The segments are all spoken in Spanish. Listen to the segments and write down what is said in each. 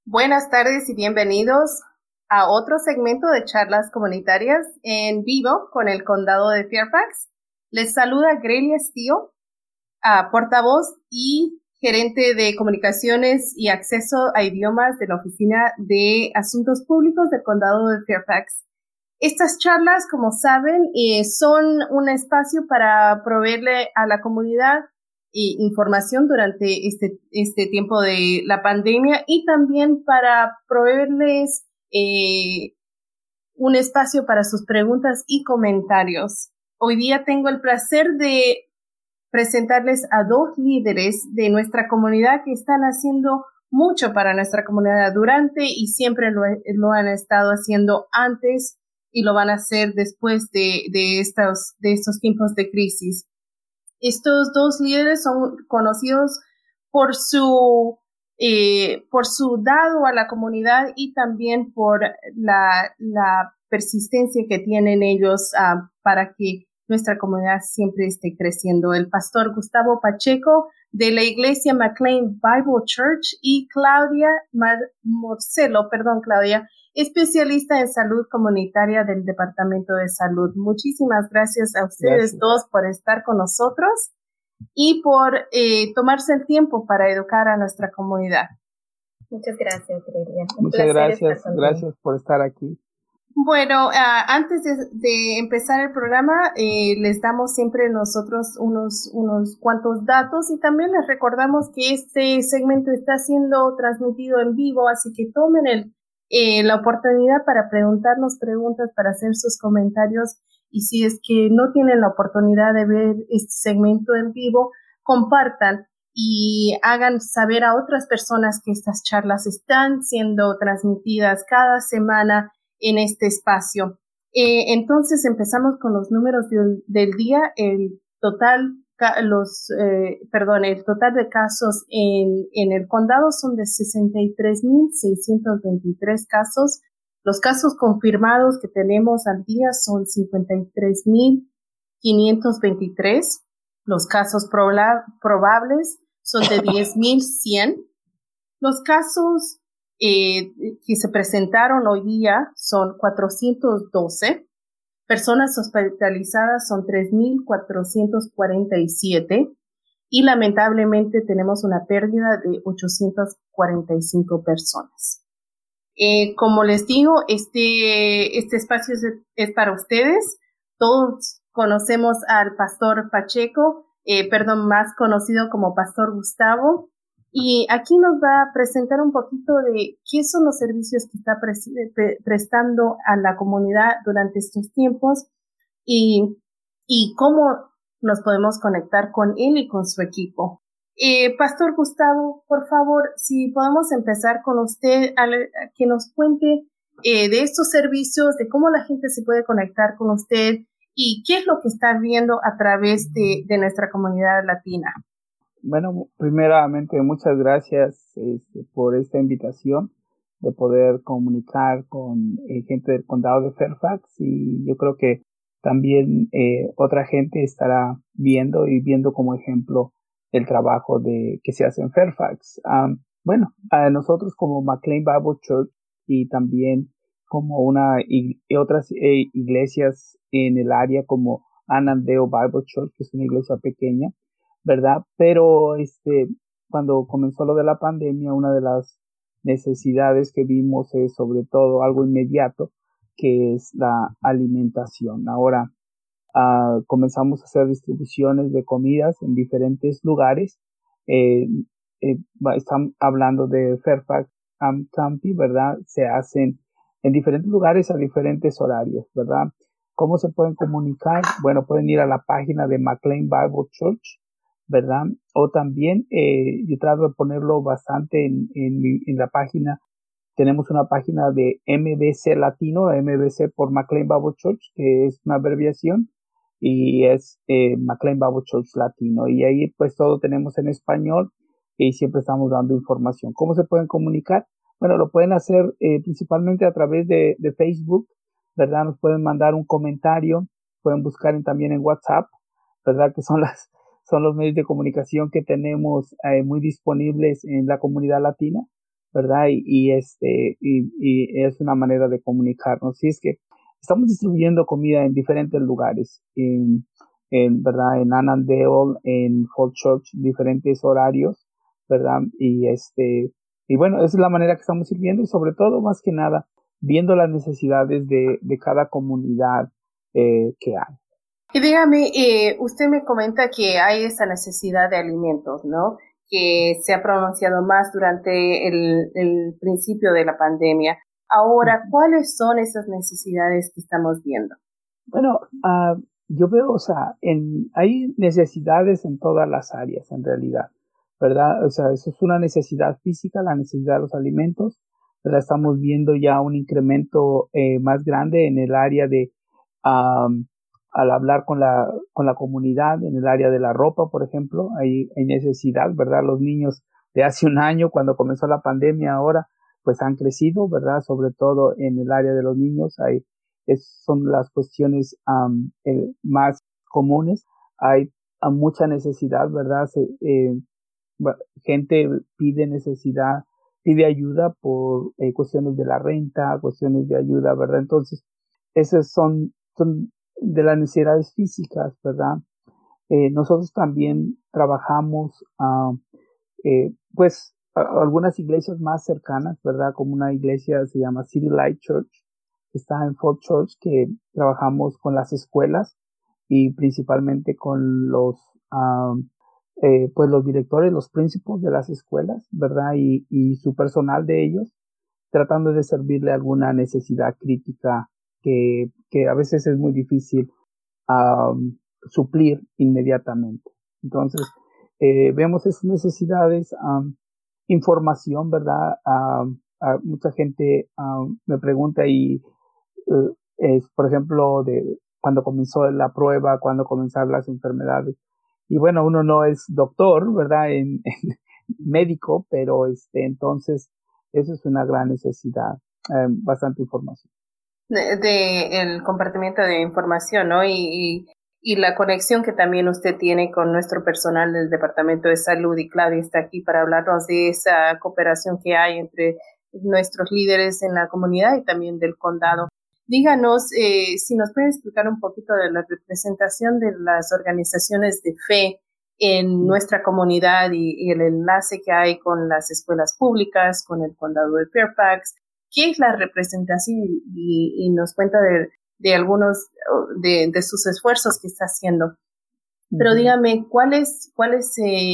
Buenas tardes y bienvenidos a otro segmento de charlas comunitarias en vivo con el Condado de Fairfax. Les saluda Grelia Steele, portavoz y gerente de comunicaciones y acceso a idiomas de la Oficina de Asuntos Públicos del Condado de Fairfax. Estas charlas, como saben, son un espacio para proveerle a la comunidad información durante este tiempo de la pandemia y también para proveerles un espacio para sus preguntas y comentarios. Hoy día tengo el placer de presentarles a dos líderes de nuestra comunidad que están haciendo mucho para nuestra comunidad durante y siempre lo han estado haciendo antes y lo van a hacer después de estos tiempos de crisis. Estos dos líderes son conocidos por su dado a la comunidad y también por la persistencia que tienen ellos para que nuestra comunidad siempre esté creciendo. El pastor Gustavo Pacheco de la iglesia McLean Bible Church y Claudia Morcelo, Claudia, especialista en salud comunitaria del Departamento de Salud. Muchísimas gracias a ustedes dos por estar con nosotros y por tomarse el tiempo para educar a nuestra comunidad. Muchas gracias, Grelia. Muchas gracias por estar aquí. Bueno, antes de empezar el programa, les damos siempre nosotros unos cuantos datos y también les recordamos que este segmento está siendo transmitido en vivo, así que tomen la oportunidad para preguntarnos preguntas, para hacer sus comentarios, y si es que no tienen la oportunidad de ver este segmento en vivo, compartan y hagan saber a otras personas que estas charlas están siendo transmitidas cada semana en este espacio. Entonces empezamos con los números del día. El total de casos en el condado son de 63,623 casos. Los casos confirmados que tenemos al día son 53,523. Los casos probables son de 10,100. Los casos que se presentaron hoy día son 412. Personas hospitalizadas son 3,447 y lamentablemente tenemos una pérdida de 845 personas. Como les digo, este espacio es para ustedes. Todos conocemos al pastor Pacheco, más conocido como Pastor Gustavo. Y aquí nos va a presentar un poquito de qué son los servicios que está prestando a la comunidad durante estos tiempos y cómo nos podemos conectar con él y con su equipo. Pastor Gustavo, por favor, si podemos empezar con usted, que nos cuente de estos servicios, de cómo la gente se puede conectar con usted y qué es lo que está viendo a través de nuestra comunidad latina. Bueno, primeramente, muchas gracias por esta invitación de poder comunicar con gente del condado de Fairfax, y yo creo que también otra gente estará viendo como ejemplo el trabajo que se hace en Fairfax. Nosotros como McLean Bible Church y también como otras iglesias en el área como Annandale Bible Church, que es una iglesia pequeña, ¿verdad? Pero cuando comenzó lo de la pandemia, una de las necesidades que vimos es sobre todo algo inmediato, que es la alimentación. Ahora comenzamos a hacer distribuciones de comidas en diferentes lugares. Están hablando de Fairfax County, ¿verdad? Se hacen en diferentes lugares a diferentes horarios, ¿verdad? ¿Cómo se pueden comunicar? Bueno, pueden ir a la página de McLean Bible Church, ¿verdad? O también, yo trato de ponerlo bastante en la página. Tenemos una página de MBC Latino, MBC por McLean Bible Church, que es una abreviación, y es McLean Bible Church Latino. Y ahí pues todo tenemos en español y siempre estamos dando información. ¿Cómo se pueden comunicar? Bueno, lo pueden hacer principalmente a través de Facebook, ¿verdad? Nos pueden mandar un comentario, pueden buscar también en WhatsApp, ¿verdad? Que son los medios de comunicación que tenemos muy disponibles en la comunidad latina. ¿verdad? Y es una manera de comunicarnos. Sí, es que estamos distribuyendo comida en diferentes lugares, ¿verdad? En Annandale, en Falls Church, diferentes horarios, ¿verdad? Y bueno, esa es la manera que estamos sirviendo y sobre todo, más que nada, viendo las necesidades de cada comunidad que hay. Y dígame, usted me comenta que hay esa necesidad de alimentos, ¿no? Que se ha pronunciado más durante el principio de la pandemia. Ahora, ¿cuáles son esas necesidades que estamos viendo? Bueno, yo veo, o sea, hay necesidades en todas las áreas, en realidad, ¿verdad? O sea, eso es una necesidad física, la necesidad de los alimentos, ¿verdad? Estamos viendo ya un incremento más grande en el área de, al hablar con la comunidad, en el área de la ropa, por ejemplo, hay necesidad, ¿verdad? Los niños de hace un año, cuando comenzó la pandemia, ahora, pues han crecido, ¿verdad? Sobre todo en el área de los niños, son las cuestiones más comunes. Hay mucha necesidad, ¿verdad? Gente pide ayuda por cuestiones de la renta, cuestiones de ayuda, ¿verdad? Entonces, esas son de las necesidades físicas, ¿verdad? Nosotros también trabajamos, pues, algunas iglesias más cercanas, ¿verdad? Como una iglesia se llama City Light Church, que está en Fort Church, que trabajamos con las escuelas y principalmente con pues los directores, los principals de las escuelas, ¿verdad? Y su personal de ellos, tratando de servirle alguna necesidad crítica que a veces es muy difícil suplir inmediatamente. Entonces, vemos esas necesidades, información, ¿verdad? Mucha gente me pregunta por ejemplo, de cuando comenzó la prueba, cuando comenzaron las enfermedades. Y bueno, uno no es doctor, ¿verdad? En médico, pero entonces, eso es una gran necesidad, bastante información. De el compartimiento de información, ¿no? Y la conexión que también usted tiene con nuestro personal del Departamento de Salud, y Claudia está aquí para hablarnos de esa cooperación que hay entre nuestros líderes en la comunidad y también del condado. Díganos si nos puede explicar un poquito de la representación de las organizaciones de fe en nuestra comunidad y el enlace que hay con las escuelas públicas, con el condado de Fairfax. ¿Qué es la representación? Y nos cuenta de algunos de sus esfuerzos que está haciendo. Pero dígame, ¿cuál es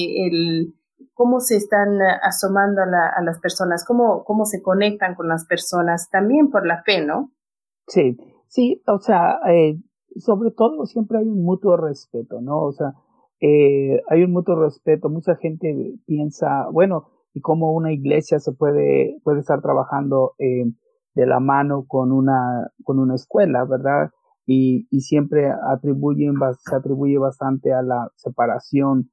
cómo se están asomando a las personas? ¿Cómo se conectan con las personas? También por la fe, ¿no? Sí, sí, o sea, sobre todo siempre hay un mutuo respeto, ¿no? O sea, hay un mutuo respeto. Mucha gente piensa, bueno, ¿y cómo una iglesia puede estar trabajando de la mano con una escuela, ¿verdad? Y siempre se atribuye bastante a la separación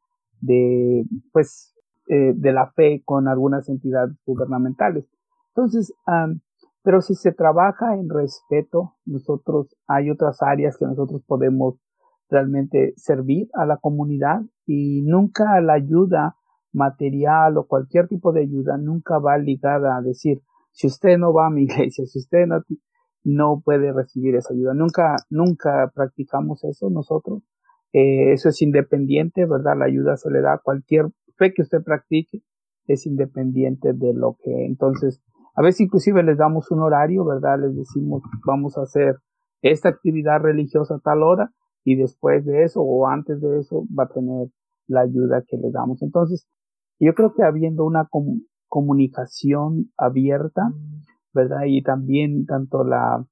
pues, de la fe con algunas entidades gubernamentales. Entonces, pero si se trabaja en respeto, hay otras áreas que nosotros podemos realmente servir a la comunidad, y nunca la ayuda material o cualquier tipo de ayuda nunca va ligada a decir, si usted no va a mi iglesia, si usted no puede recibir esa ayuda. Nunca practicamos eso nosotros. Eso es independiente, ¿verdad? La ayuda se le da a cualquier fe que usted practique, es independiente de lo que entonces. A veces inclusive les damos un horario, ¿verdad? Les decimos, vamos a hacer esta actividad religiosa a tal hora, y después de eso o antes de eso va a tener la ayuda que le damos. Entonces, yo creo que habiendo una comunicación abierta, ¿verdad? Y también tanto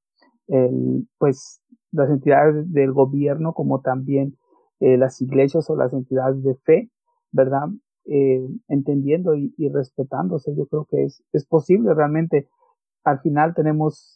pues las entidades del gobierno como también las iglesias o las entidades de fe, ¿verdad? Entendiendo y respetándose, yo creo que es posible realmente. Al final tenemos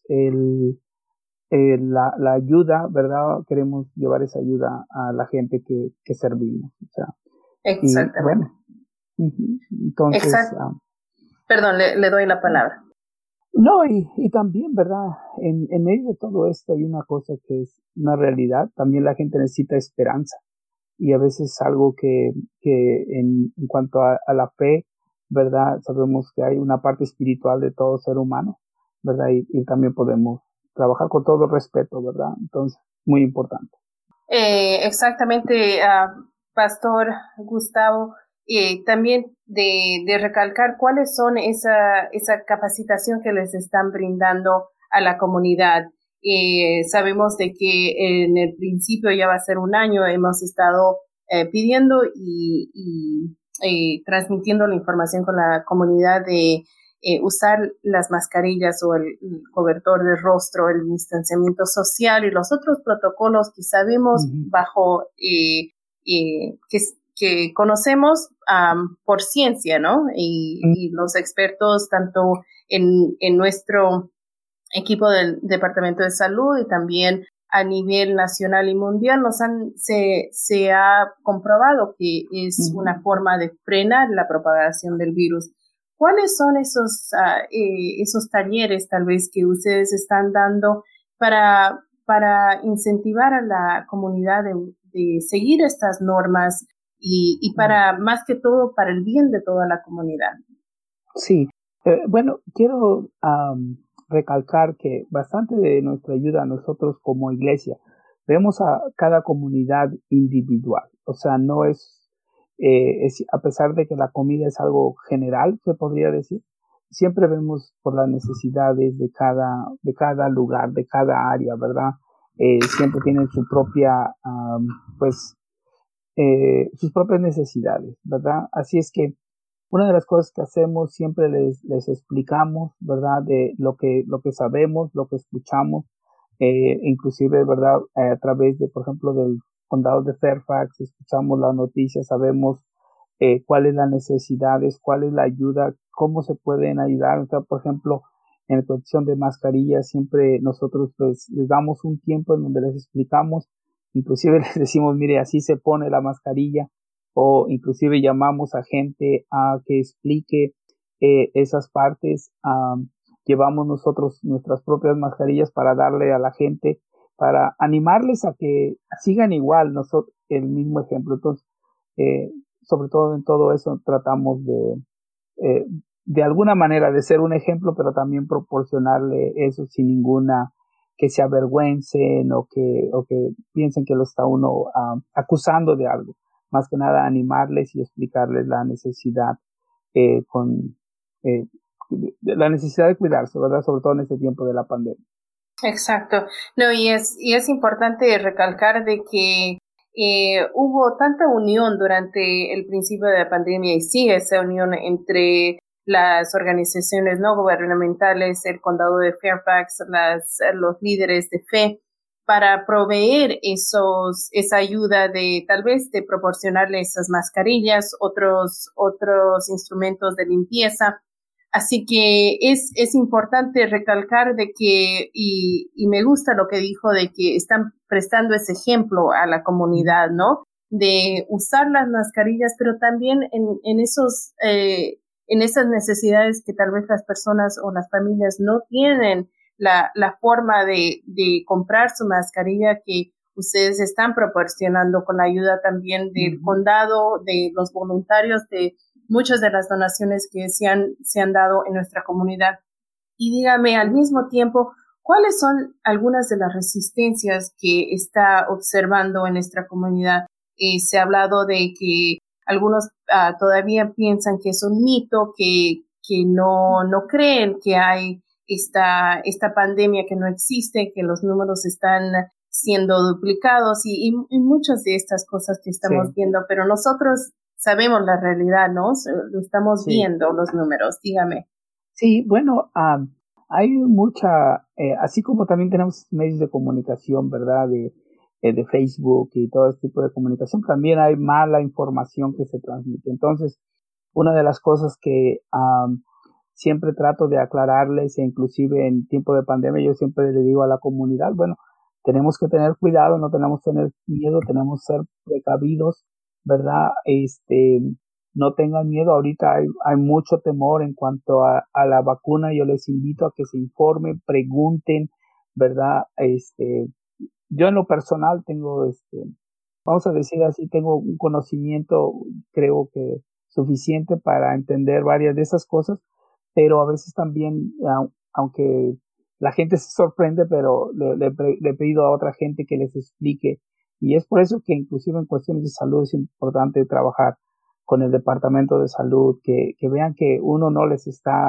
la ayuda, ¿verdad? Queremos llevar esa ayuda a la gente que servimos. O sea, y Exactamente. bueno, entonces, perdón, le doy la palabra. no, y también, ¿verdad? En medio de todo esto hay una cosa que es una realidad. También la gente necesita esperanza. Y a veces algo que en cuanto a la fe, ¿verdad? Sabemos que hay una parte espiritual de todo ser humano, ¿verdad? Y también podemos trabajar con todo respeto, ¿verdad? Entonces, muy importante. Exactamente, Pastor Gustavo, también de recalcar cuáles son esa capacitación que les están brindando a la comunidad. Sabemos de que en el principio ya va a ser un año, hemos estado pidiendo y transmitiendo la información con la comunidad de usar las mascarillas o el cobertor de rostro, el distanciamiento social y los otros protocolos que sabemos bajo que conocemos por ciencia, ¿no? Y los expertos tanto en nuestro equipo del Departamento de Salud y también a nivel nacional y mundial se ha comprobado que es una forma de frenar la propagación del virus. ¿Cuáles son esos talleres tal vez que ustedes están dando para incentivar a la comunidad de seguir estas normas y para más que todo para el bien de toda la comunidad? Sí, bueno, quiero recalcar que bastante de nuestra ayuda a nosotros como iglesia, vemos a cada comunidad individual, o sea, no es a pesar de que la comida es algo general, se podría decir, siempre vemos por las necesidades de cada lugar, de cada área, ¿verdad? Siempre tienen su propia, sus propias necesidades, ¿verdad? Así es que una de las cosas que hacemos siempre les explicamos, ¿verdad? De lo que sabemos, lo que escuchamos, inclusive, ¿verdad? A través de, por ejemplo, del condado de Fairfax, escuchamos las noticias, sabemos cuáles las necesidades, cuál es la ayuda, cómo se pueden ayudar. O sea, por ejemplo, en la cuestión de mascarillas, siempre nosotros pues, les damos un tiempo en donde les explicamos, inclusive les decimos, mire, así se pone la mascarilla, o inclusive llamamos a gente a que explique esas partes. Llevamos nosotros nuestras propias mascarillas para darle a la gente, para animarles a que sigan igual nosotros el mismo ejemplo. Entonces, sobre todo en todo eso tratamos de alguna manera de ser un ejemplo, pero también proporcionarle eso sin ninguna que se avergüencen o que piensen que lo está uno acusando de algo. Más que nada animarles y explicarles la necesidad la necesidad de cuidarse, ¿verdad? Sobre todo en este tiempo de la pandemia. Exacto. No, y es importante recalcar de que hubo tanta unión durante el principio de la pandemia y sigue esa unión entre las organizaciones no gubernamentales, el condado de Fairfax, los líderes de fe, para proveer esa ayuda de tal vez de proporcionarle esas mascarillas, otros instrumentos de limpieza. Así que es importante recalcar de que, y me gusta lo que dijo de que están prestando ese ejemplo a la comunidad, ¿no? De usar las mascarillas, pero también en esas necesidades que tal vez las personas o las familias no tienen la forma de comprar su mascarilla que ustedes están proporcionando con la ayuda también del condado, de los voluntarios, de muchas de las donaciones que se han dado en nuestra comunidad. Y dígame al mismo tiempo, ¿cuáles son algunas de las resistencias que está observando en nuestra comunidad? Se ha hablado de que algunos todavía piensan que es un mito, que no creen que hay esta pandemia, que no existe, que los números están siendo duplicados y muchas de estas cosas que estamos viendo, pero nosotros sabemos la realidad, ¿no? Lo estamos viendo, los números, dígame. Sí, bueno, hay mucha, así como también tenemos medios de comunicación, ¿verdad? De Facebook y todo este tipo de comunicación, también hay mala información que se transmite. Entonces, una de las cosas que siempre trato de aclararles, e inclusive en tiempo de pandemia, yo siempre le digo a la comunidad, bueno, tenemos que tener cuidado, no tenemos que tener miedo, tenemos que ser precavidos, ¿verdad? No tengan miedo, ahorita hay mucho temor en cuanto a la vacuna, yo les invito a que se informen, pregunten, ¿verdad? Yo en lo personal tengo, vamos a decir así, tengo un conocimiento, creo que suficiente para entender varias de esas cosas, pero a veces también, aunque la gente se sorprende, pero le he pedido a otra gente que les explique, y es por eso que inclusive en cuestiones de salud es importante trabajar con el Departamento de Salud, que vean que uno no les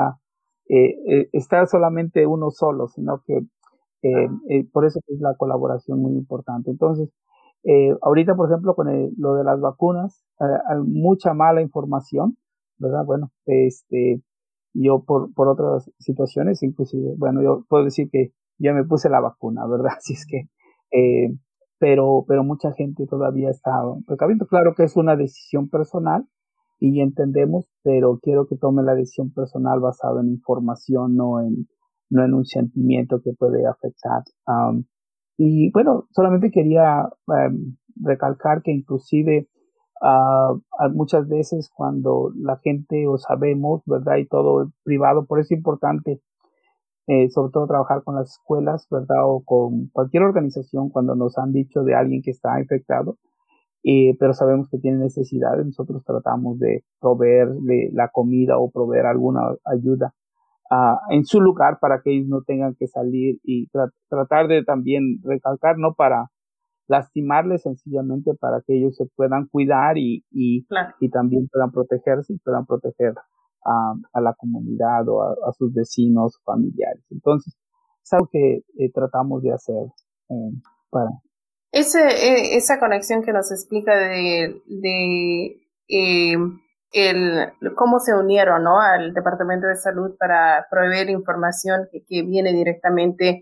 está solamente uno solo, sino que por eso es la colaboración muy importante. Entonces, ahorita, por ejemplo, con lo de las vacunas, hay mucha mala información, ¿verdad? Bueno, yo por otras situaciones, inclusive, bueno, yo puedo decir que ya me puse la vacuna, ¿verdad? Así es que, pero mucha gente todavía está precaviendo. Claro que es una decisión personal y entendemos, pero quiero que tome la decisión personal basada en información, no en un sentimiento que puede afectar. Y bueno, solamente quería recalcar que inclusive muchas veces cuando la gente o sabemos, ¿verdad? Y todo privado, por eso es importante, sobre todo trabajar con las escuelas, ¿verdad? O con cualquier organización cuando nos han dicho de alguien que está infectado, pero sabemos que tiene necesidades, nosotros tratamos de proveerle la comida o proveer alguna ayuda en su lugar para que ellos no tengan que salir y tratar de también recalcar, no para lastimarles, sencillamente para que ellos se puedan cuidar Claro. y también puedan protegerse y puedan proteger a la comunidad o a sus vecinos, familiares. Entonces, es algo que tratamos de hacer para... Esa conexión que nos explica eh, cómo se unieron, ¿no?, al Departamento de Salud para proveer información que viene directamente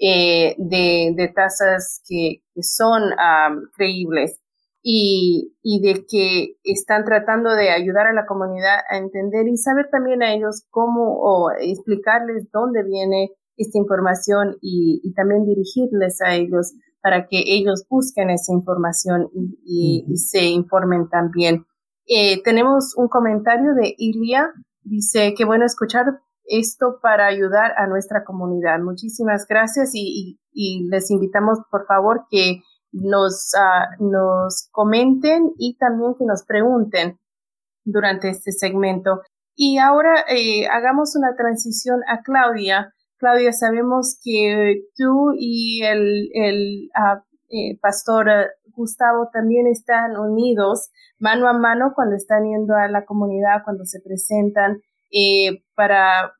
de tasas que son creíbles y de que están tratando de ayudar a la comunidad a entender y saber también a ellos cómo o explicarles dónde viene esta información y también dirigirles a ellos para que ellos busquen esa información y se informen también. Tenemos un comentario de Ilia, dice que bueno escuchar esto para ayudar a nuestra comunidad. Muchísimas gracias y les invitamos por favor que nos comenten y también que nos pregunten durante este segmento. Y ahora hagamos una transición a Claudia. Claudia, sabemos que tú y el pastor Gustavo también están unidos mano a mano cuando están yendo a la comunidad, cuando se presentan para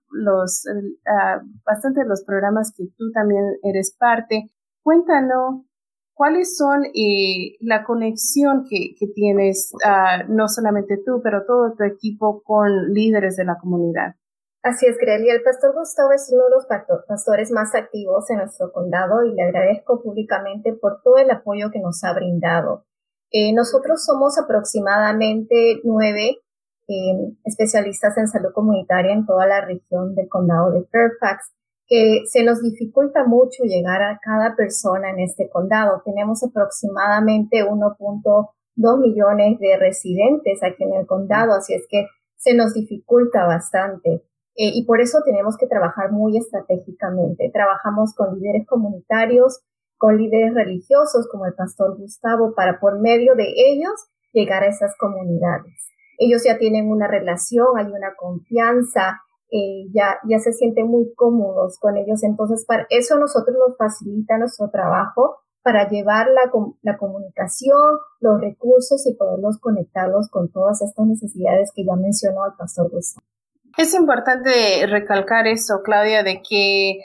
bastante de los programas que tú también eres parte. Cuéntanos, ¿cuáles son la conexión que tienes, no solamente tú, pero todo tu equipo con líderes de la comunidad? Así es, Greli. El pastor Gustavo es uno de los pastores más activos en nuestro condado y le agradezco públicamente por todo el apoyo que nos ha brindado. Nosotros somos aproximadamente 9 especialistas en salud comunitaria en toda la región del condado de Fairfax, que se nos dificulta mucho llegar a cada persona en este condado. Tenemos aproximadamente 1.2 millones de residentes aquí en el condado, así es que se nos dificulta bastante. Y por eso tenemos que trabajar muy estratégicamente. Trabajamos con líderes comunitarios, con líderes religiosos como el pastor Gustavo, para por medio de ellos llegar a esas comunidades. Ellos ya tienen una relación, hay una confianza, ya se sienten muy cómodos con ellos. Entonces, para eso nosotros nos facilita nuestro trabajo para llevar la comunicación, los recursos y poderlos conectarlos con todas estas necesidades que ya mencionó el pastor Gustavo. Es importante recalcar eso, Claudia, de que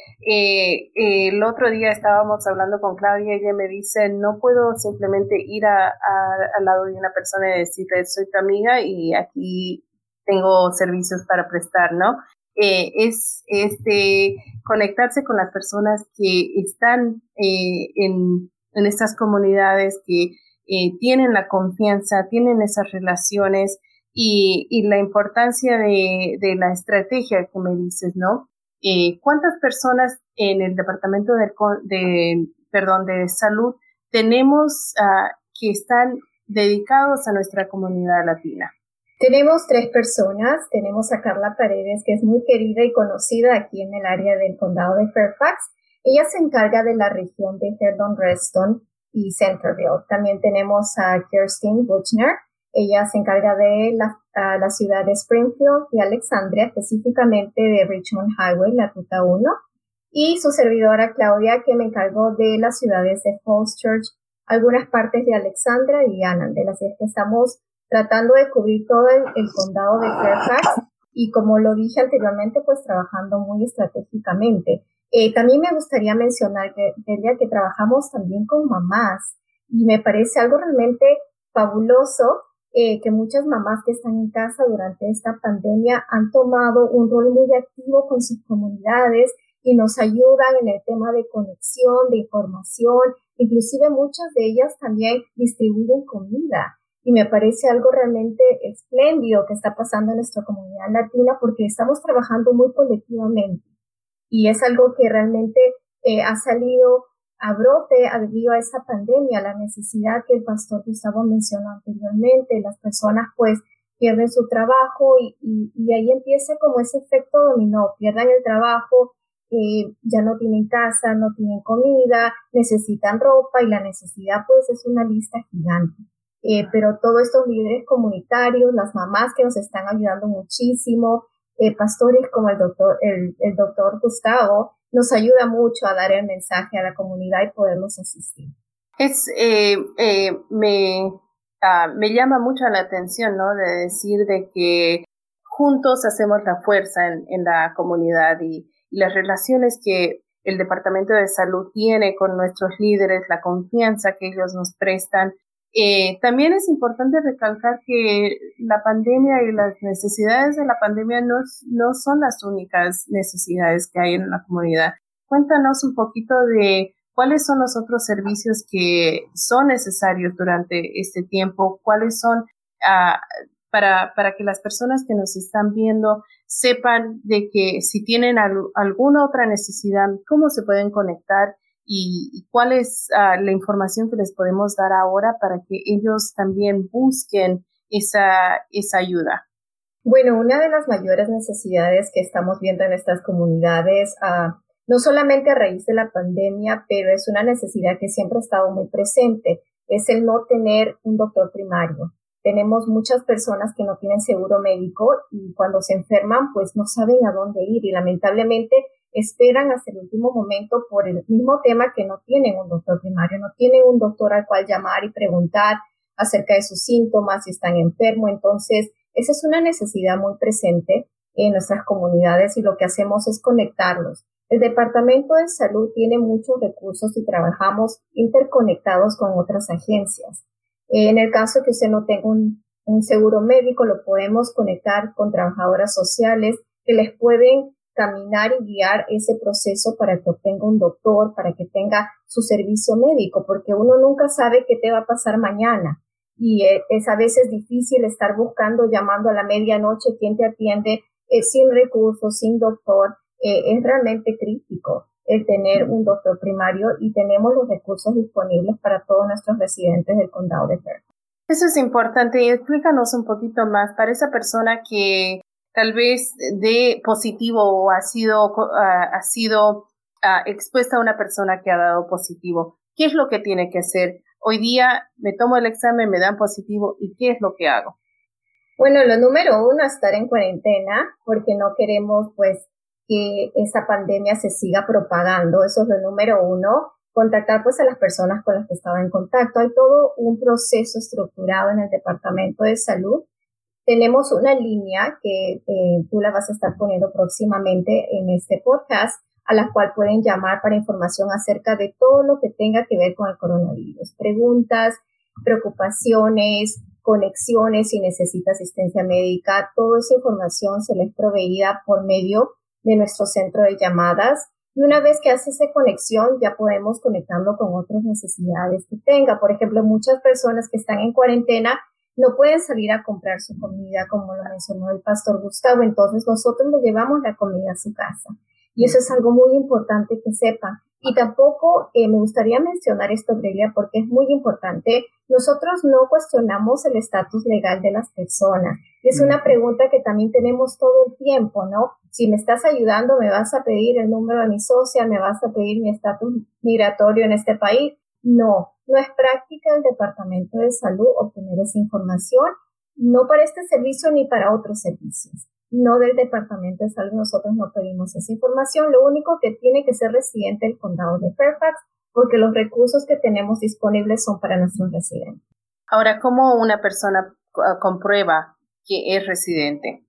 el otro día estábamos hablando con Claudia y ella me dice, no puedo simplemente ir al lado de una persona y decirle, soy tu amiga y aquí tengo servicios para prestar, ¿no? Es conectarse con las personas que están en estas comunidades, que tienen la confianza, tienen esas relaciones, y la importancia de la estrategia que me dices, ¿no? ¿Cuántas personas en el departamento de salud tenemos que están dedicados a nuestra comunidad latina? Tenemos 3 personas. Tenemos a Carla Paredes, que es muy querida y conocida aquí en el área del condado de Fairfax. Ella se encarga de la región de Herndon, Reston y Centerville. También tenemos a Kirsten Buchner. Ella se encarga de la ciudad de Springfield y Alexandria, específicamente de Richmond Highway, la ruta 1, y su servidora Claudia, que me encargó de las ciudades de Falls Church, algunas partes de Alexandria y Annandale. Así es que estamos tratando de cubrir todo el condado de Fairfax y, como lo dije anteriormente, pues trabajando muy estratégicamente. También me gustaría mencionar que trabajamos también con mamás y me parece algo realmente fabuloso que muchas mamás que están en casa durante esta pandemia han tomado un rol muy activo con sus comunidades y nos ayudan en el tema de conexión, de información, inclusive muchas de ellas también distribuyen comida. Y me parece algo realmente espléndido que está pasando en nuestra comunidad latina porque estamos trabajando muy colectivamente. Y es algo que realmente ha salido a brote debido a esta pandemia, la necesidad que el pastor Gustavo mencionó anteriormente. Las personas pues pierden su trabajo y ahí empieza como ese efecto dominó, pierden el trabajo, ya no tienen casa, no tienen comida, necesitan ropa y la necesidad pues es una lista gigante. Pero todos estos líderes comunitarios, las mamás que nos están ayudando muchísimo, pastores como el doctor Gustavo, nos ayuda mucho a dar el mensaje a la comunidad y poderlos asistir. Me llama mucho la atención, ¿no? De decir de que juntos hacemos la fuerza en la comunidad y las relaciones que el Departamento de Salud tiene con nuestros líderes, la confianza que ellos nos prestan. También es importante recalcar que la pandemia y las necesidades de la pandemia no son las únicas necesidades que hay en la comunidad. Cuéntanos un poquito de cuáles son los otros servicios que son necesarios durante este tiempo, cuáles son para que las personas que nos están viendo sepan de que si tienen alguna otra necesidad, cómo se pueden conectar y cuál es la información que les podemos dar ahora para que ellos también busquen esa ayuda. Bueno, una de las mayores necesidades que estamos viendo en estas comunidades, no solamente a raíz de la pandemia, pero es una necesidad que siempre ha estado muy presente, es el no tener un doctor primario. Tenemos muchas personas que no tienen seguro médico y cuando se enferman, pues no saben a dónde ir y lamentablemente esperan hasta el último momento por el mismo tema que no tienen un doctor primario, no tienen un doctor al cual llamar y preguntar acerca de sus síntomas, si están enfermos. Entonces, esa es una necesidad muy presente en nuestras comunidades y lo que hacemos es conectarlos. El Departamento de Salud tiene muchos recursos y trabajamos interconectados con otras agencias. En el caso que usted no tenga un seguro médico, lo podemos conectar con trabajadoras sociales que les pueden caminar y guiar ese proceso para que obtenga un doctor, para que tenga su servicio médico, porque uno nunca sabe qué te va a pasar mañana. Y es a veces difícil estar buscando, llamando a la medianoche quién te atiende sin recursos, sin doctor. Es realmente crítico el tener un doctor primario y tenemos los recursos disponibles para todos nuestros residentes del condado de Fairfax. Eso es importante y explícanos un poquito más para esa persona que tal vez dé positivo o ha sido expuesta a una persona que ha dado positivo. ¿Qué es lo que tiene que hacer? Hoy día me tomo el examen, me dan positivo y ¿qué es lo que hago? Bueno, lo número 1, estar en cuarentena porque no queremos pues que esta pandemia se siga propagando. Eso es lo número 1. Contactar pues a las personas con las que estaba en contacto. Hay todo un proceso estructurado en el Departamento de Salud. Tenemos una línea que tú la vas a estar poniendo próximamente en este podcast, a la cual pueden llamar para información acerca de todo lo que tenga que ver con el coronavirus. Preguntas, preocupaciones, conexiones, si necesita asistencia médica, toda esa información se les proveída por medio de nuestro centro de llamadas. Y una vez que hace esa conexión, ya podemos conectarlo con otras necesidades que tenga. Por ejemplo, muchas personas que están en cuarentena no pueden salir a comprar su comida, como lo mencionó el pastor Gustavo. Entonces, nosotros le llevamos la comida a su casa. Y eso es algo muy importante que sepan. Y tampoco me gustaría mencionar esto, Aurelia, porque es muy importante. Nosotros no cuestionamos el estatus legal de las personas. Y es una pregunta que también tenemos todo el tiempo, ¿no? Si me estás ayudando, me vas a pedir el número de mi social, me vas a pedir mi estatus migratorio en este país. No es práctica del Departamento de Salud obtener esa información, no para este servicio ni para otros servicios. No del Departamento de Salud, nosotros no pedimos esa información, lo único que tiene que ser residente del condado de Fairfax, porque los recursos que tenemos disponibles son para nuestros residentes. Ahora, ¿cómo una persona comprueba que es residente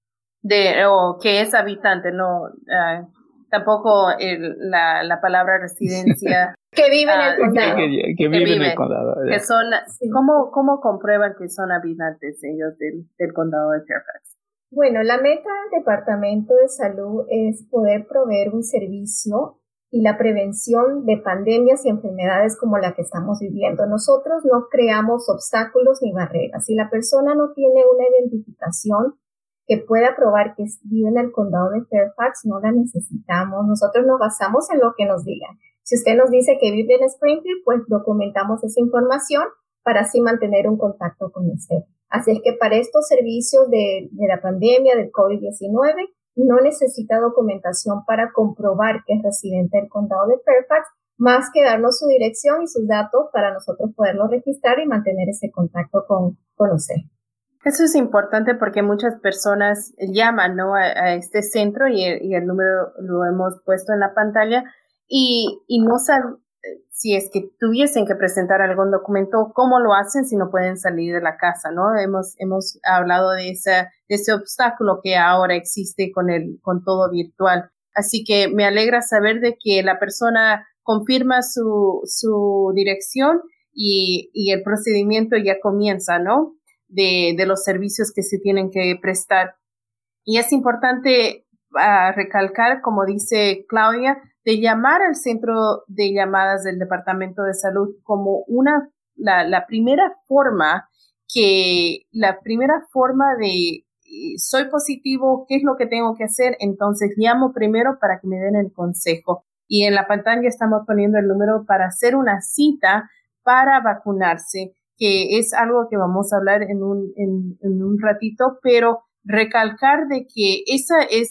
o que es habitante? No, tampoco la palabra residencia. Que vive en el condado. Que vive en el condado. Que son, sí. ¿Cómo comprueban que son habitantes ellos del condado de Fairfax? Bueno, la meta del Departamento de Salud es poder proveer un servicio y la prevención de pandemias y enfermedades como la que estamos viviendo. Nosotros no creamos obstáculos ni barreras. Si la persona no tiene una identificación que pueda probar que vive en el condado de Fairfax, no la necesitamos. Nosotros nos basamos en lo que nos digan. Si usted nos dice que vive en Springfield, pues documentamos esa información para así mantener un contacto con usted. Así es que para estos servicios de la pandemia del COVID-19, no necesita documentación para comprobar que es residente del condado de Fairfax, más que darnos su dirección y sus datos para nosotros poderlo registrar y mantener ese contacto con usted. Eso es importante porque muchas personas llaman, ¿no?, a este centro y el número lo hemos puesto en la pantalla y no saben si es que tuviesen que presentar algún documento, cómo lo hacen si no pueden salir de la casa, ¿no? Hemos hablado de ese obstáculo que ahora existe con todo virtual. Así que me alegra saber de que la persona confirma su dirección y el procedimiento ya comienza, ¿no?, de los servicios que se tienen que prestar. Y es importante recalcar, como dice Claudia, de llamar al centro de llamadas del Departamento de Salud como la primera forma de soy positivo, ¿qué es lo que tengo que hacer? Entonces llamo primero para que me den el consejo. Y en la pantalla estamos poniendo el número para hacer una cita para vacunarse, que es algo que vamos a hablar en un ratito, pero recalcar de que esa es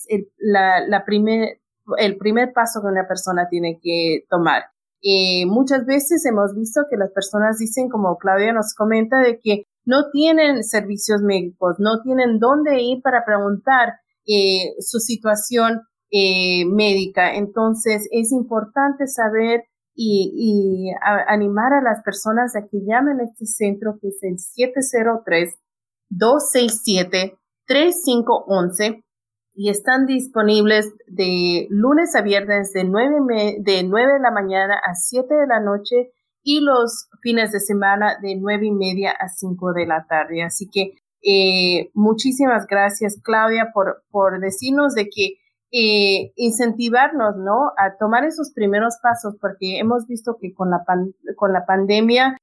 el primer paso que una persona tiene que tomar. Muchas veces hemos visto que las personas dicen, como Claudia nos comenta, de que no tienen servicios médicos, no tienen dónde ir para preguntar su situación médica. Entonces es importante saber y animar a las personas a que llamen a este centro, que es el 703-267-3511, y están disponibles de lunes a viernes de 9 de la mañana a 7 de la noche y los fines de semana de 9:30 a 5 de la tarde. Así que muchísimas gracias, Claudia, por decirnos de que incentivarnos, ¿no?, a tomar esos primeros pasos, porque hemos visto que con la pandemia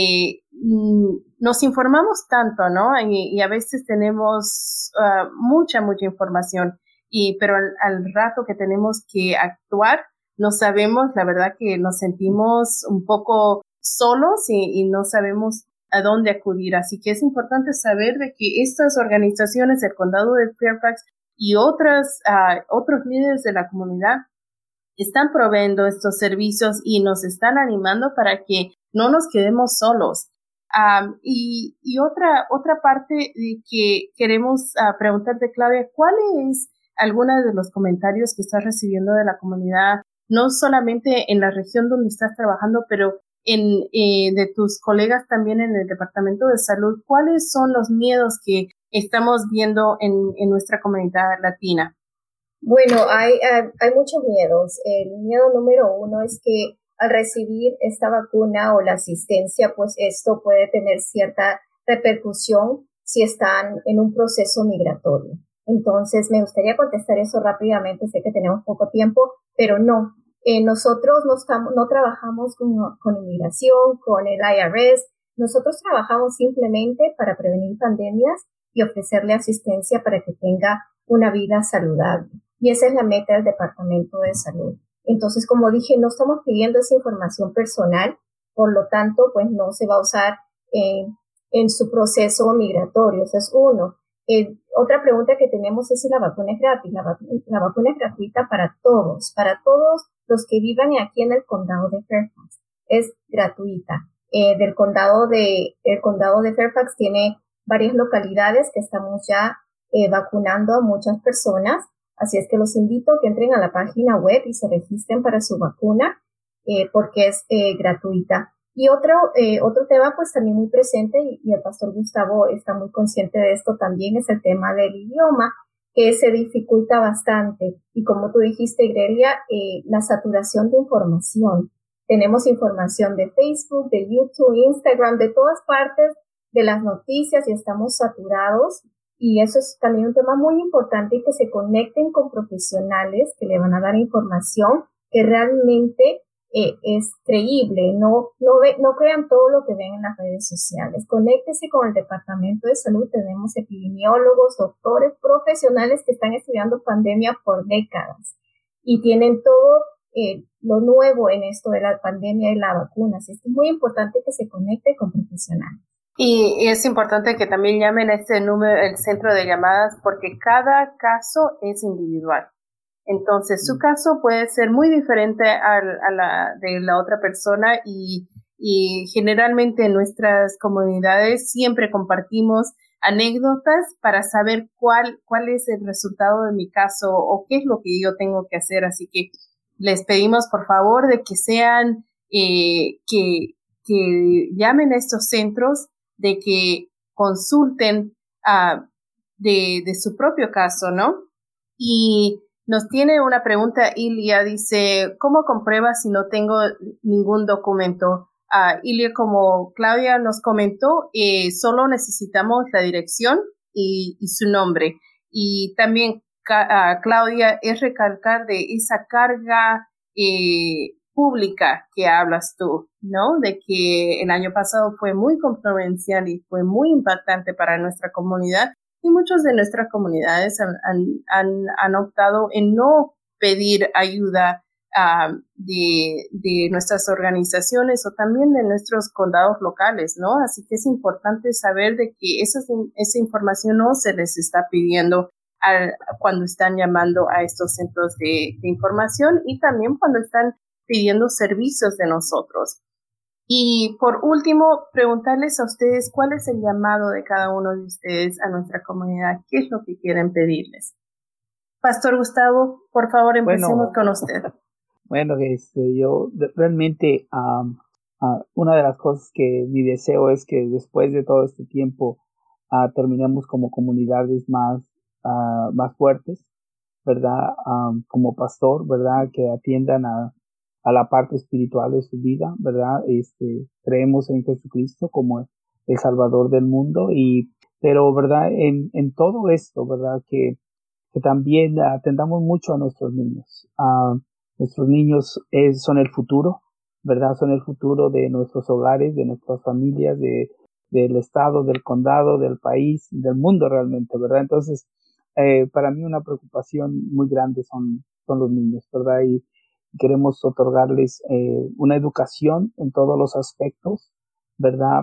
nos informamos tanto, ¿no? Y a veces tenemos mucha información, pero al rato que tenemos que actuar, no sabemos, la verdad que nos sentimos un poco solos y no sabemos a dónde acudir. Así que es importante saber de que estas organizaciones del condado de Fairfax y otros líderes de la comunidad están proveyendo estos servicios y nos están animando para que no nos quedemos solos. Y otra parte que queremos preguntarte, Claudia, ¿cuál es alguna de los comentarios que estás recibiendo de la comunidad, no solamente en la región donde estás trabajando, pero de tus colegas también en el Departamento de Salud? ¿Cuáles son los miedos que estamos viendo en nuestra comunidad latina? Bueno, hay muchos miedos. El miedo número uno es que al recibir esta vacuna o la asistencia, pues esto puede tener cierta repercusión si están en un proceso migratorio. Entonces, me gustaría contestar eso rápidamente. Sé que tenemos poco tiempo, pero no. Nosotros no trabajamos con inmigración, con el IRS. Nosotros trabajamos simplemente para prevenir pandemias y ofrecerle asistencia para que tenga una vida saludable. Y esa es la meta del Departamento de Salud. Entonces, como dije, no estamos pidiendo esa información personal, por lo tanto, pues no se va a usar en su proceso migratorio. Eso es uno. Otra pregunta que tenemos es si la vacuna es gratis. La vacuna es gratuita para todos los que vivan aquí en el condado de Fairfax. es gratuita. El condado de Fairfax tiene varias localidades que estamos ya vacunando a muchas personas, así es que los invito a que entren a la página web y se registren para su vacuna, porque es gratuita. Y otro tema pues también muy presente, y el pastor Gustavo está muy consciente de esto también, es el tema del idioma, que se dificulta bastante. Y como tú dijiste, Grelia, la saturación de información. Tenemos información de Facebook, de YouTube, Instagram, de todas partes de las noticias y estamos saturados. Y eso es también un tema muy importante, y que se conecten con profesionales que le van a dar información que realmente es creíble. No crean todo lo que ven en las redes sociales. Conéctese con el Departamento de Salud. Tenemos epidemiólogos, doctores, profesionales que están estudiando pandemia por décadas y tienen todo lo nuevo en esto de la pandemia y la vacuna. Así es que es muy importante que se conecte con profesionales. Y es importante que también llamen a este número, el centro de llamadas, porque cada caso es individual. Entonces, su caso puede ser muy diferente a la de la otra persona, y generalmente en nuestras comunidades siempre compartimos anécdotas para saber cuál es el resultado de mi caso o qué es lo que yo tengo que hacer. Así que les pedimos por favor de que sean, que llamen a estos centros, de que consulten de su propio caso, ¿no? Y nos tiene una pregunta Ilia, dice, ¿cómo comprueba si no tengo ningún documento? Ilia, como Claudia nos comentó, solo necesitamos la dirección y su nombre. Y también, Claudia, es recalcar de esa carga pública que hablas tú, ¿no? De que el año pasado fue muy controversial y fue muy impactante para nuestra comunidad, y muchos de nuestras comunidades han optado en no pedir ayuda de nuestras organizaciones o también de nuestros condados locales, ¿no? Así que es importante saber de que esa información no se les está pidiendo cuando están llamando a estos centros de información, y también cuando están pidiendo servicios de nosotros. Y por último, preguntarles a ustedes cuál es el llamado de cada uno de ustedes a nuestra comunidad, qué es lo que quieren pedirles. Pastor Gustavo, por favor, empecemos con usted. Bueno, yo realmente una de las cosas que mi deseo es que después de todo este tiempo terminemos como comunidades más fuertes, ¿verdad? Como pastor, ¿verdad? Que atiendan a la parte espiritual de su vida, ¿verdad? Creemos en Jesucristo como el Salvador del mundo, pero, ¿verdad? En todo esto, ¿verdad? Que también atendamos mucho a nuestros niños. Nuestros niños son el futuro, ¿verdad? Son el futuro de nuestros hogares, de nuestras familias, del estado, del condado, del país, del mundo realmente, ¿verdad? Entonces, para mí una preocupación muy grande son los niños, ¿verdad? Y queremos otorgarles una educación en todos los aspectos, ¿verdad?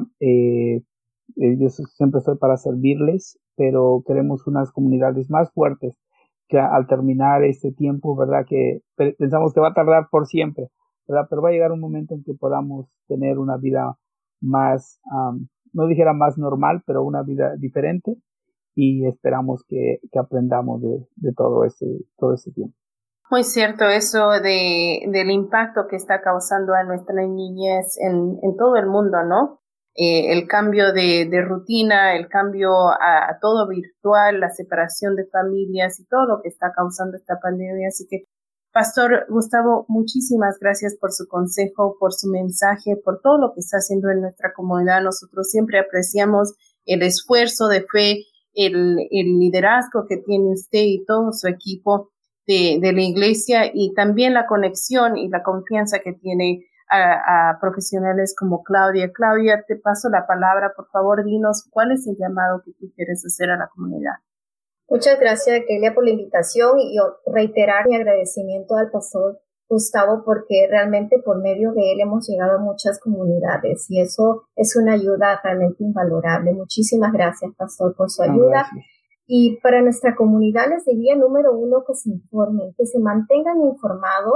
Yo siempre estoy para servirles, pero queremos unas comunidades más fuertes que al terminar este tiempo, ¿verdad? Que pensamos que va a tardar por siempre, ¿verdad? Pero va a llegar un momento en que podamos tener una vida más, no dijera más normal, pero una vida diferente, y esperamos que aprendamos de todo ese tiempo. Muy cierto eso del impacto que está causando a nuestra niñez en todo el mundo, ¿no? El cambio de rutina, el cambio a todo virtual, la separación de familias y todo lo que está causando esta pandemia. Así que, Pastor Gustavo, muchísimas gracias por su consejo, por su mensaje, por todo lo que está haciendo en nuestra comunidad. Nosotros siempre apreciamos el esfuerzo de fe, el liderazgo que tiene usted y todo su equipo de la iglesia, y también la conexión y la confianza que tiene a profesionales como Claudia. Claudia, te paso la palabra. Por favor, dinos cuál es el llamado que tú quieres hacer a la comunidad. Muchas gracias, Kelia, por la invitación, y reiterar mi agradecimiento al pastor Gustavo, porque realmente por medio de él hemos llegado a muchas comunidades, y eso es una ayuda realmente invalorable. Muchísimas gracias, pastor, por su ayuda. Gracias. Y para nuestra comunidad les diría, número uno, que se informen, que se mantengan informados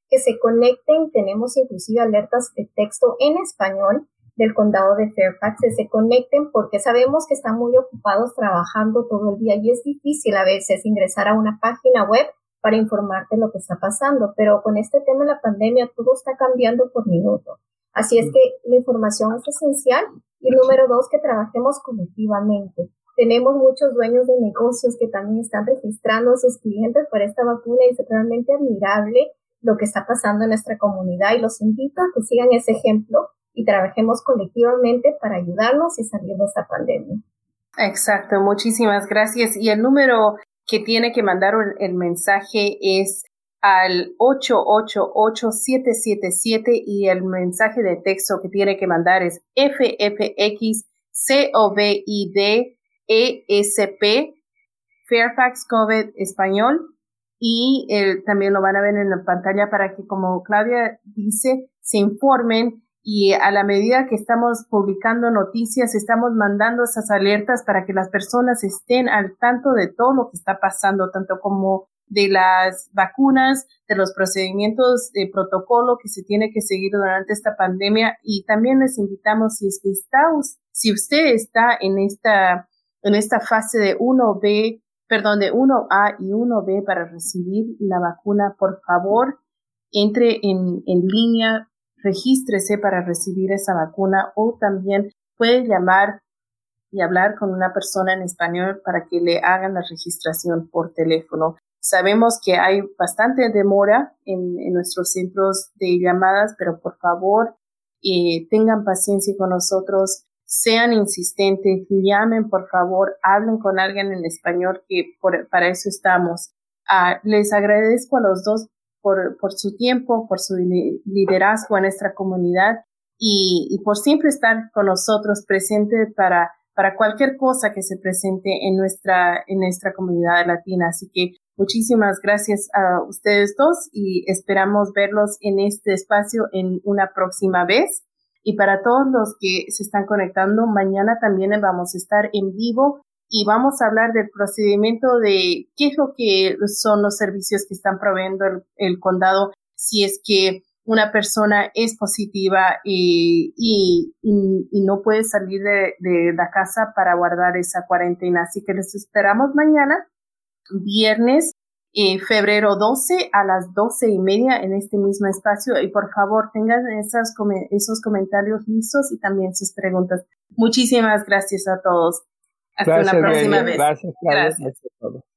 que se conecten. Tenemos inclusive alertas de texto en español del condado de Fairfax, que se conecten porque sabemos que están muy ocupados trabajando todo el día y es difícil a veces ingresar a una página web para informarte lo que está pasando, pero con este tema de la pandemia todo está cambiando por minuto. Así es que la información es esencial. Y número 2, que trabajemos colectivamente. Tenemos muchos dueños de negocios que también están registrando a sus clientes para esta vacuna y es realmente admirable lo que está pasando en nuestra comunidad y los invito a que sigan ese ejemplo y trabajemos colectivamente para ayudarnos y salir de esta pandemia. Exacto, muchísimas gracias. Y el número que tiene que mandar el mensaje es al 888-777 y el mensaje de texto que tiene que mandar es FFX-COVID-ESP, Fairfax COVID Español, y también lo van a ver en la pantalla para que, como Claudia dice, se informen. Y a la medida que estamos publicando noticias, estamos mandando esas alertas para que las personas estén al tanto de todo lo que está pasando, tanto como de las vacunas, de los procedimientos de protocolo que se tiene que seguir durante esta pandemia. Y también les invitamos, si usted está en esta fase de 1A y 1B para recibir la vacuna, por favor, entre en línea, regístrese para recibir esa vacuna, o también puede llamar y hablar con una persona en español para que le hagan la registración por teléfono. Sabemos que hay bastante demora en nuestros centros de llamadas, pero por favor, tengan paciencia con nosotros, sean insistentes, llamen por favor, hablen con alguien en español, que para eso estamos. Les agradezco a los dos por su tiempo, por su liderazgo en nuestra comunidad y por siempre estar con nosotros presente para cualquier cosa que se presente en nuestra comunidad latina. Así que muchísimas gracias a ustedes dos y esperamos verlos en este espacio en una próxima vez. Y para todos los que se están conectando, mañana también vamos a estar en vivo y vamos a hablar del procedimiento de qué es lo que son los servicios que están proveyendo el condado si es que una persona es positiva y no puede salir de la casa para guardar esa cuarentena. Así que les esperamos mañana, viernes, febrero 12 a las 12:30 en este mismo espacio. Y por favor, tengan esos comentarios listos y también sus preguntas. Muchísimas gracias a todos. Hasta una próxima vez. Gracias a todos.